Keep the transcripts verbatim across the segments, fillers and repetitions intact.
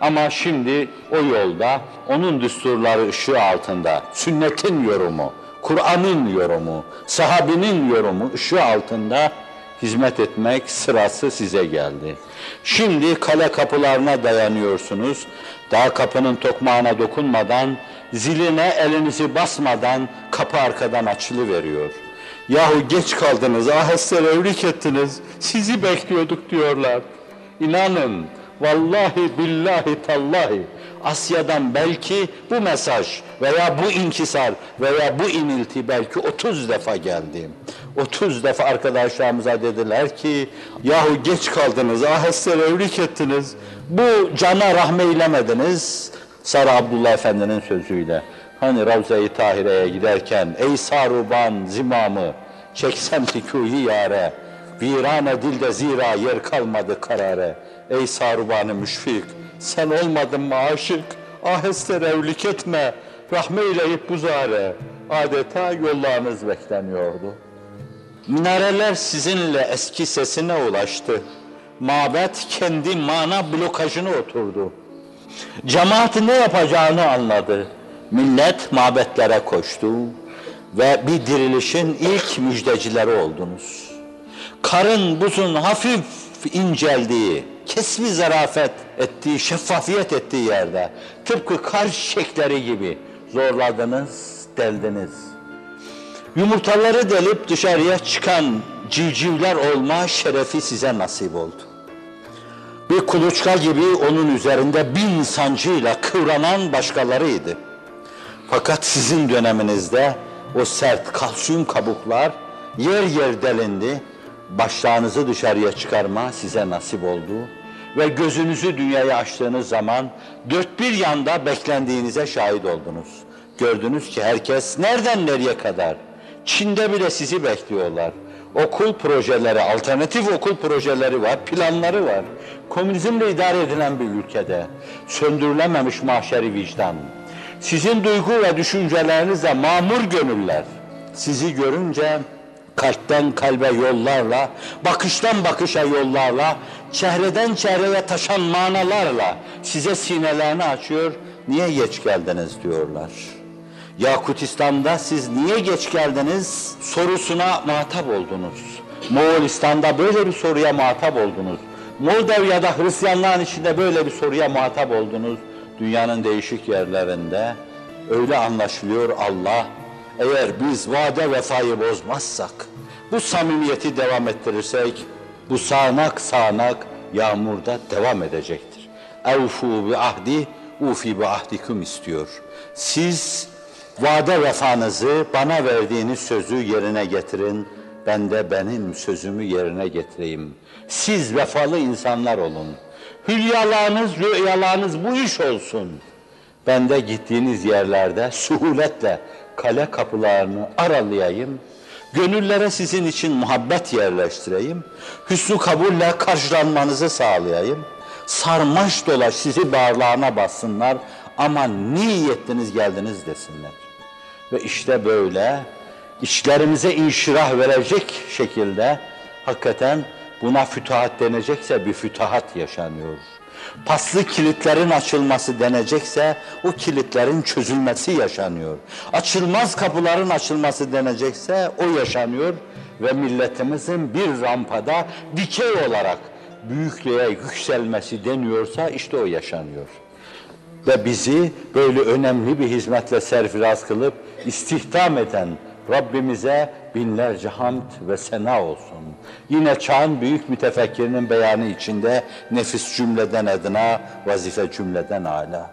Ama şimdi o yolda, onun düsturları ışığı altında, sünnetin yorumu, Kur'an'ın yorumu, sahabinin yorumu ışığı altında hizmet etmek sırası size geldi. Şimdi kale kapılarına dayanıyorsunuz. Daha kapının tokmağına dokunmadan, ziline elinizi basmadan kapı arkadan açılıveriyor. Yahu geç kaldınız, aheste evlilik ettiniz, sizi bekliyorduk diyorlar. İnanın, vallahi billahi tallahi, Asya'dan belki bu mesaj veya bu inkisar veya bu inilti belki otuz defa geldi. otuz defa arkadaşlarımıza dediler ki, yahu geç kaldınız, aheste evlilik ettiniz, bu cana rahmeylemediniz. Sarı Abdullah Efendi'nin sözüyle, hani Ravza-i Tahire'ye giderken, ey saruban zimamı, çeksem tikûyi yâre, virane dilde zira yer kalmadı karare. Ey saruban-ı müşfik, sen olmadın mı aşık, aheste revlik etme, rahmeyleyip buzare. Adeta yollarınız bekleniyordu. Minareler sizinle eski sesine ulaştı. Mabet kendi mana blokajına oturdu. Cemaat ne yapacağını anladı. Millet mabetlere koştu ve bir dirilişin ilk müjdecileri oldunuz. Karın buzun hafif inceldiği, kesbi zarafet ettiği, şeffafiyet ettiği yerde, tıpkı kar çiçekleri gibi zorladınız, deldiniz. Yumurtaları delip dışarıya çıkan civcivler olma şerefi size nasip oldu. Bir kuluçka gibi onun üzerinde bin sancıyla kıvranan başkalarıydı. Fakat sizin döneminizde o sert kalsiyum kabuklar yer yer delindi, başlarınızı dışarıya çıkarma size nasip oldu ve gözünüzü dünyaya açtığınız zaman dört bir yanda beklendiğinize şahit oldunuz. Gördünüz ki herkes nereden nereye kadar, Çin'de bile sizi bekliyorlar. Okul projeleri, alternatif okul projeleri var, planları var. Komünizmle idare edilen bir ülkede söndürülememiş mahşeri vicdan. Sizin duygu ve düşüncelerinizle mamur gönüller sizi görünce kalpten kalbe yollarla, bakıştan bakışa yollarla, çehreden çehreye taşan manalarla size sinelerini açıyor, niye geç geldiniz diyorlar. Yakutistan'da siz niye geç geldiniz sorusuna muhatap oldunuz. Moğolistan'da böyle bir soruya muhatap oldunuz. Moldavya'da Hristiyanların içinde böyle bir soruya muhatap oldunuz. Dünyanın değişik yerlerinde öyle anlaşılıyor Allah, eğer biz vade vefayı bozmazsak, bu samimiyeti devam ettirirsek, bu sağanak sağanak yağmurda devam edecektir. Evfu bi ahdi, ufi bi ahdikum istiyor. Siz vade vefanızı, bana verdiğiniz sözü yerine getirin, ben de benim sözümü yerine getireyim. Siz vefalı insanlar olun. Hülyalarınız, rüyalarınız bu iş olsun. Ben de gittiğiniz yerlerde suhuletle kale kapılarını aralayayım, gönüllere sizin için muhabbet yerleştireyim, hüsnü kabulle karşılanmanızı sağlayayım, sarmaş dolaş sizi bağırlarına bassınlar, ama niye ettiniz geldiniz desinler. Ve işte böyle içlerimize inşirah verecek şekilde hakikaten buna fütuhat denecekse bir fütuhat yaşanıyor. Paslı kilitlerin açılması denecekse o kilitlerin çözülmesi yaşanıyor. Açılmaz kapıların açılması denecekse o yaşanıyor ve milletimizin bir rampada dikey olarak büyüklüğe yükselmesi deniyorsa işte o yaşanıyor. Ve bizi böyle önemli bir hizmetle serfiraz kılıp istihdam eden Rabbimize binlerce hamd ve sena olsun. Yine çağın büyük mütefekkirinin beyanı içinde nefis cümleden adına, vazife cümleden âlâ.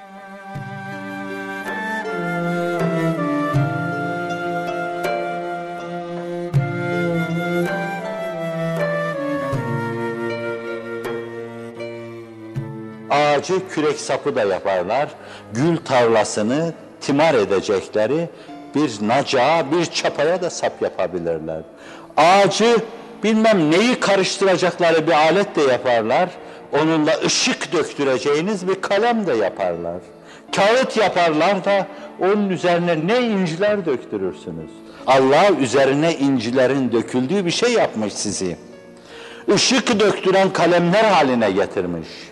Ağacı kürek sapı da yaparlar, gül tarlasını timar edecekleri bir nacağa, bir çapaya da sap yapabilirler. Ağacı bilmem neyi karıştıracakları bir alet de yaparlar, onunla ışık döktüreceğiniz bir kalem de yaparlar. Kağıt yaparlar da onun üzerine ne inciler döktürürsünüz. Allah üzerine incilerin döküldüğü bir şey yapmış sizi. Işık döktüren kalemler haline getirmiş.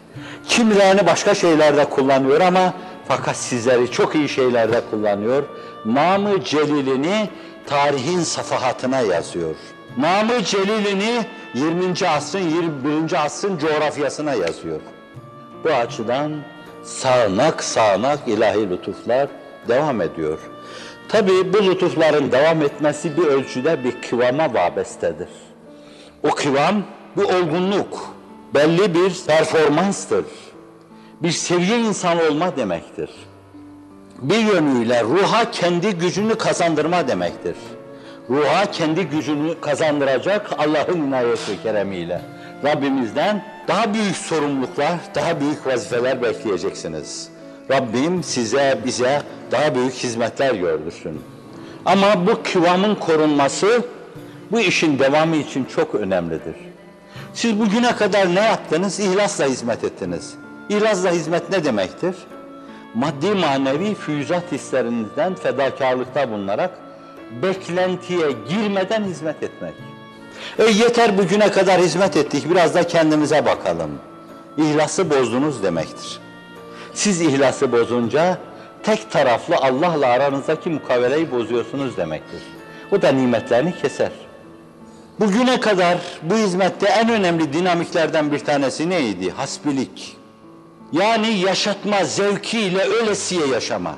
Kimilerini başka şeylerde kullanıyor ama fakat sizleri çok iyi şeylerde kullanıyor. Namı celilini tarihin safahatına yazıyor. Namı celilini yirminci asrın, yirmi birinci asrın coğrafyasına yazıyor. Bu açıdan sağanak sağanak ilahi lütuflar devam ediyor. Tabii bu lütufların devam etmesi bir ölçüde bir kıvama vabestedir. O kıvam, bu olgunluk, belli bir performanstır. Bir seviye insan olma demektir. Bir yönüyle ruha kendi gücünü kazandırma demektir. Ruha kendi gücünü kazandıracak Allah'ın inayet ve keremiyle Rabbimizden daha büyük sorumluluklar, daha büyük vazifeler bekleyeceksiniz. Rabbim size, bize daha büyük hizmetler gördürsün. Ama bu kıvamın korunması, bu işin devamı için çok önemlidir. Siz bugüne kadar ne yaptınız? İhlasla hizmet ettiniz. İhlasla hizmet ne demektir? Maddi manevi füyüzat hislerinizden fedakarlıkta bulunarak beklentiye girmeden hizmet etmek. E yeter bugüne kadar hizmet ettik, biraz da kendimize bakalım. İhlası bozdunuz demektir. Siz ihlası bozunca tek taraflı Allah'la aranızdaki mukaveleyi bozuyorsunuz demektir. O da nimetlerini keser. Bugüne kadar bu hizmette en önemli dinamiklerden bir tanesi neydi? Hasbilik. Yani yaşatma zevkiyle ölesiye yaşama.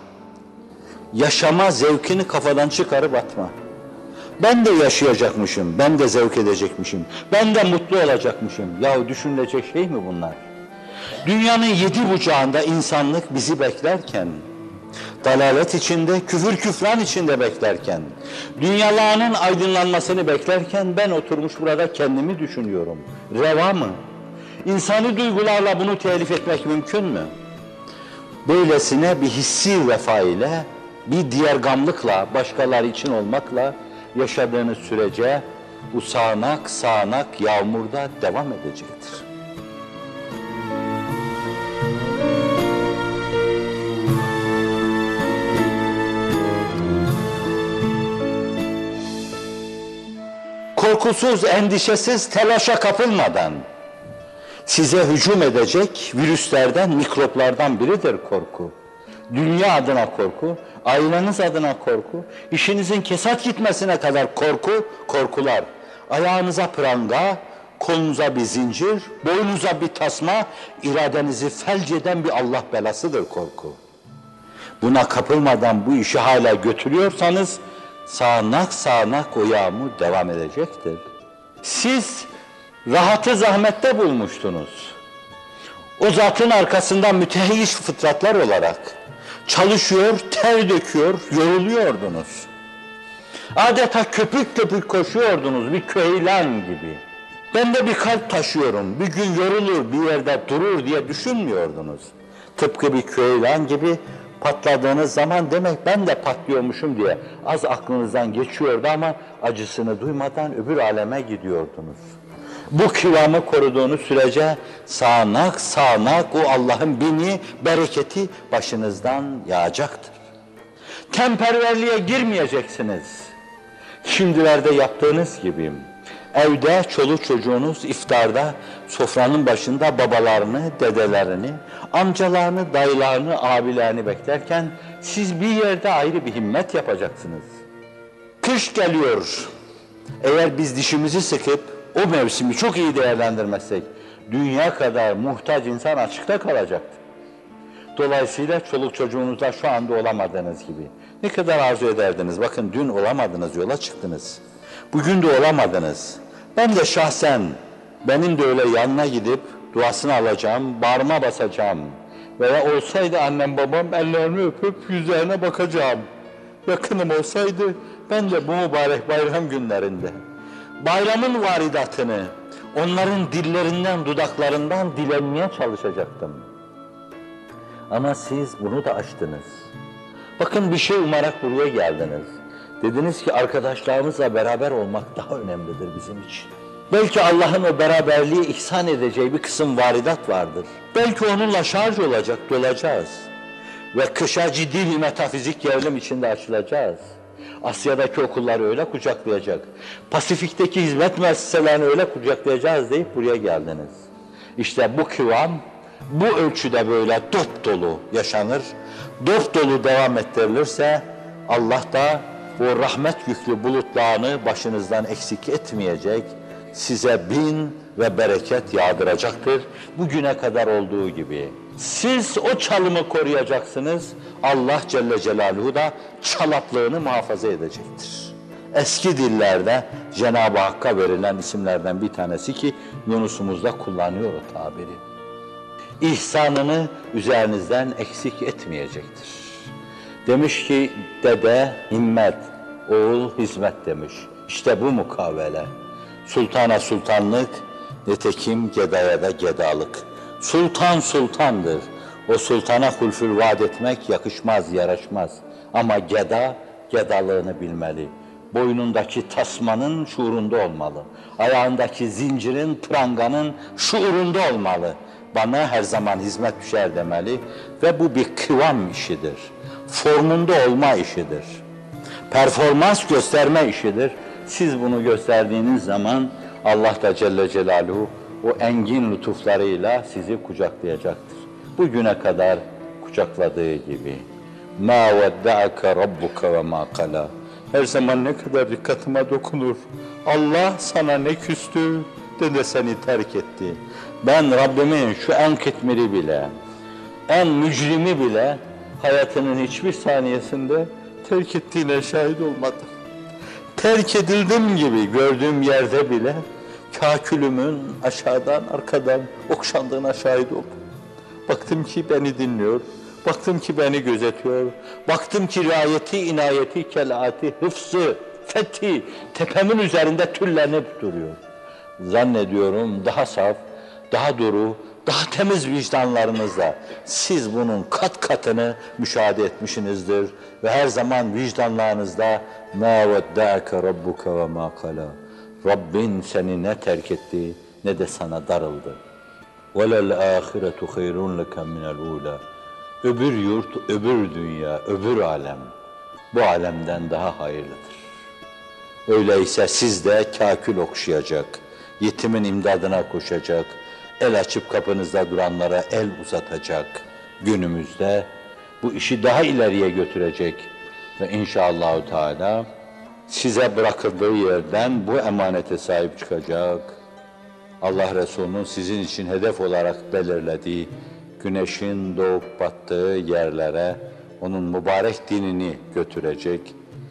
Yaşama zevkini kafadan çıkarıp atma. Ben de yaşayacakmışım, ben de zevk edecekmişim, ben de mutlu olacakmışım. Yahu düşünülecek şey mi bunlar? Dünyanın yedi bucağında insanlık bizi beklerken, dalalet içinde, küfür küfran içinde beklerken, dünyalarının aydınlanmasını beklerken ben oturmuş burada kendimi düşünüyorum. Reva mı? İnsani duygularla bunu telif etmek mümkün mü? Böylesine bir hissi vefa ile, bir diğergamlıkla, başkaları için olmakla yaşadığınız sürece bu sağanak sağanak yağmurda devam edecektir. Korkusuz, endişesiz, telaşa kapılmadan size hücum edecek virüslerden, mikroplardan biridir korku. Dünya adına korku, aileniz adına korku, işinizin kesat gitmesine kadar korku, korkular. Ayağınıza pranga, kolunuza bir zincir, boynunuza bir tasma, iradenizi felç eden bir Allah belasıdır korku. Buna kapılmadan bu işi hala götürüyorsanız, sağanak sağanak o yağmur devam edecektir. Siz rahatı zahmette bulmuştunuz. O zatın arkasından mütehiyyiş fıtratlar olarak çalışıyor, ter döküyor, yoruluyordunuz. Adeta köpük köpük koşuyordunuz bir köylan gibi. Ben de bir kalp taşıyorum, bir gün yorulur, bir yerde durur diye düşünmüyordunuz. Tıpkı bir köylan gibi patladığınız zaman demek ben de patlıyormuşum diye az aklınızdan geçiyordu ama acısını duymadan öbür aleme gidiyordunuz. Bu kıvamı koruduğunuz sürece sağanak sağanak o Allah'ın bini, bereketi başınızdan yağacaktır. Temperverliğe girmeyeceksiniz. Şimdilerde yaptığınız gibi evde çoluk çocuğunuz iftarda sofranın başında babalarını, dedelerini, amcalarını, dayılarını, abilerini beklerken siz bir yerde ayrı bir himmet yapacaksınız. Kış geliyor. Eğer biz dişimizi sıkıp o mevsimi çok iyi değerlendirmezsek dünya kadar muhtaç insan açıkta kalacaktı. Dolayısıyla çoluk çocuğunuzla şu anda olamadığınız gibi ne kadar arzu ederdiniz. Bakın dün olamadınız, yola çıktınız. Bugün de olamadınız. Ben de şahsen benim de öyle yanına gidip duasını alacağım, bağrıma basacağım. Veya olsaydı annem babam ellerini öpüp yüzlerine bakacağım. Yakınım olsaydı ben de bu mübarek bayram günlerinde bayramın varidatını onların dillerinden, dudaklarından dilenmeye çalışacaktım. Ama siz bunu da aştınız. Bakın bir şey umarak buraya geldiniz. Dediniz ki arkadaşlarımızla beraber olmak daha önemlidir bizim için. Belki Allah'ın o beraberliği ihsan edeceği bir kısım varidat vardır. Belki onunla şarj olacak, dolacağız. Ve kışa ciddi bir metafizik gerilim içinde açılacağız. Asya'daki okulları öyle kucaklayacak, Pasifik'teki hizmet müesseselerini öyle kucaklayacağız deyip buraya geldiniz. İşte bu kıvam bu ölçüde böyle dop dolu yaşanır. Dop dolu devam ettirilirse Allah da o rahmet yüklü bulutlarını başınızdan eksik etmeyecek, size bin ve bereket yağdıracaktır. Bugüne kadar olduğu gibi. Siz o çalımı koruyacaksınız, Allah Celle Celaluhu da çalaplığını muhafaza edecektir. Eski dillerde Cenab-ı Hakk'a verilen isimlerden bir tanesi ki Yunus'umuz da kullanıyor o tabiri. İhsanını üzerinizden eksik etmeyecektir. Demiş ki dede himmet, oğul hizmet demiş. İşte bu mukavele. Sultana sultanlık, nitekim gedaya da gedalık. Sultan sultandır. O sultana hulfül vaat etmek yakışmaz, yaraşmaz. Ama geda, gedalığını bilmeli. Boynundaki tasmanın şuurunda olmalı. Ayağındaki zincirin, pranganın şuurunda olmalı. Bana her zaman hizmet düşer demeli ve bu bir kıvam işidir. Formunda olma işidir. Performans gösterme işidir. Siz bunu gösterdiğiniz zaman Allah da Celle Celaluhu o engin lütuflarıyla sizi kucaklayacaktır. Bugüne kadar kucakladığı gibi. مَا وَدَّعَكَ رَبُّكَ وَمَا قَلَى Her zaman ne kadar dikkatime dokunur. Allah sana ne küstü de de seni terk etti. Ben Rabbimin şu en kitmiri bile, en mücrimi bile hayatının hiçbir saniyesinde terk ettiğine şahit olmadım. Terk edildim gibi gördüğüm yerde bile kakülümün aşağıdan arkadan okşandığına şahit oldum. Baktım ki beni dinliyor, baktım ki beni gözetiyor, baktım ki riayeti, inayeti, kelaati, hıfzı, fethi tepemin üzerinde tüllenip duruyor. Zannediyorum daha saf, daha duru, daha temiz vicdanlarınızla siz bunun kat katını müşahede etmişsinizdir ve her zaman vicdanlarınızda مَا وَدَّعَكَ رَبُّكَ وَمَا قَلَى Rabbin seni ne terk etti ne de sana darıldı. وَلَلْآخِرَةُ خَيْرٌ لَكَ مِنَ الْعُولَى Öbür yurt, öbür dünya, öbür alem bu alemden daha hayırlıdır. Öyleyse siz de kakül okşayacak, yetimin imdadına koşacak, el açıp kapınızda duranlara el uzatacak günümüzde bu işi daha ileriye götürecek ve inşallahü teala size bırakıldığı yerden bu emanete sahip çıkacak. Allah Resulü'nün sizin için hedef olarak belirlediği güneşin doğup battığı yerlere onun mübarek dinini götürecek.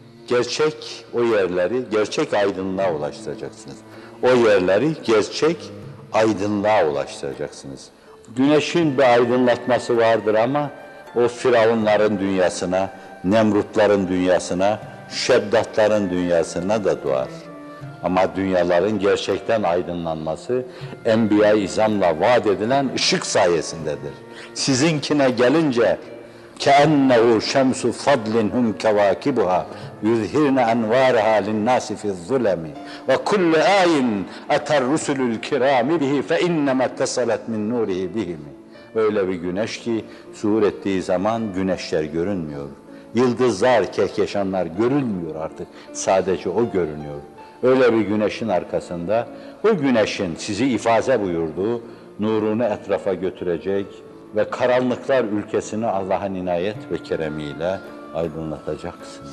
Gerçek o yerleri gerçek aydınlığa ulaştıracaksınız. O yerleri gerçek aydınlığa ulaştıracaksınız. Güneşin bir aydınlatması vardır ama o firavunların dünyasına, Nemrutların dünyasına, Şeddatların dünyasına da doğar. Ama dünyaların gerçekten aydınlanması Enbiya-i İzam'la vaat edilen ışık sayesindedir. Sizinkine gelince كَأَنَّهُ شَمْسُ فَضْلٍ هُمْ كَوَاكِبُهَا يُذْهِرْنَ أَنْوَارَهَا لِلنَّاسِ فِي الظُّلَمِ وَكُلُّ آيٍ أَتَى الرُّسُلُ الْكِرَامِ بِهِ فَإِنَّمَا اَتَّصَلَتْ مِنْ نُورِهِ بِهِمِ Öyle bir güneş ki zuhur ettiği zaman güneşler görünmüyor. Yıldızlar, kehkeşanlar görünmüyor artık. Sadece o görünüyor. Öyle bir güneşin arkasında, o güneşin sizi ifaze buyurduğu nurunu etrafa götürecek ve karanlıklar ülkesini Allah'ın inayet ve keremiyle aydınlatacaksınız.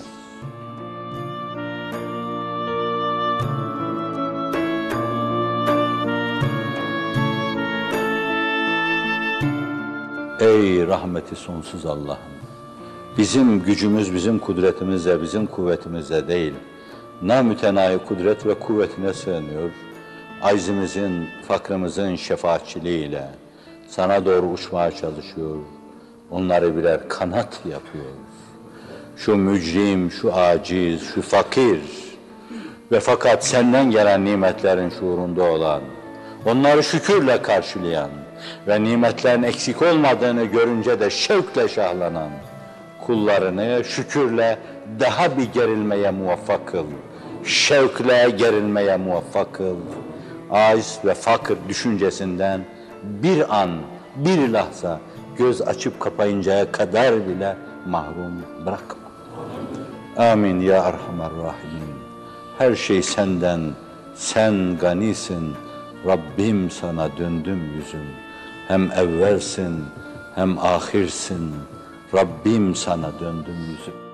Ey rahmeti sonsuz Allah'ım! Bizim gücümüz, bizim kudretimizle, bizim kuvvetimizle değil, namütenayi kudret ve kuvvetine sığınıyor. Aczimizin, fakrımızın şefaatçiliğiyle sana doğru uçmaya çalışıyor. Onları birer kanat yapıyoruz. Şu mücrim, şu aciz, şu fakir ve fakat senden gelen nimetlerin şuurunda olan, onları şükürle karşılayan ve nimetlerin eksik olmadığını görünce de şevkle şahlanan kullarını şükürle daha bir gerilmeye muvaffak kıl. Şevkle gerilmeye muvaffak kıl. Aciz ve fakir düşüncesinden bir an, bir lahza göz açıp kapayıncaya kadar bile mahrum bırakma. Amin ya Erhamer Rahim. Her şey senden, sen ganisin. Rabbim sana döndüm yüzüm. Hem evvelsin hem ahirsin, Rabbim sana döndüm yüzüm.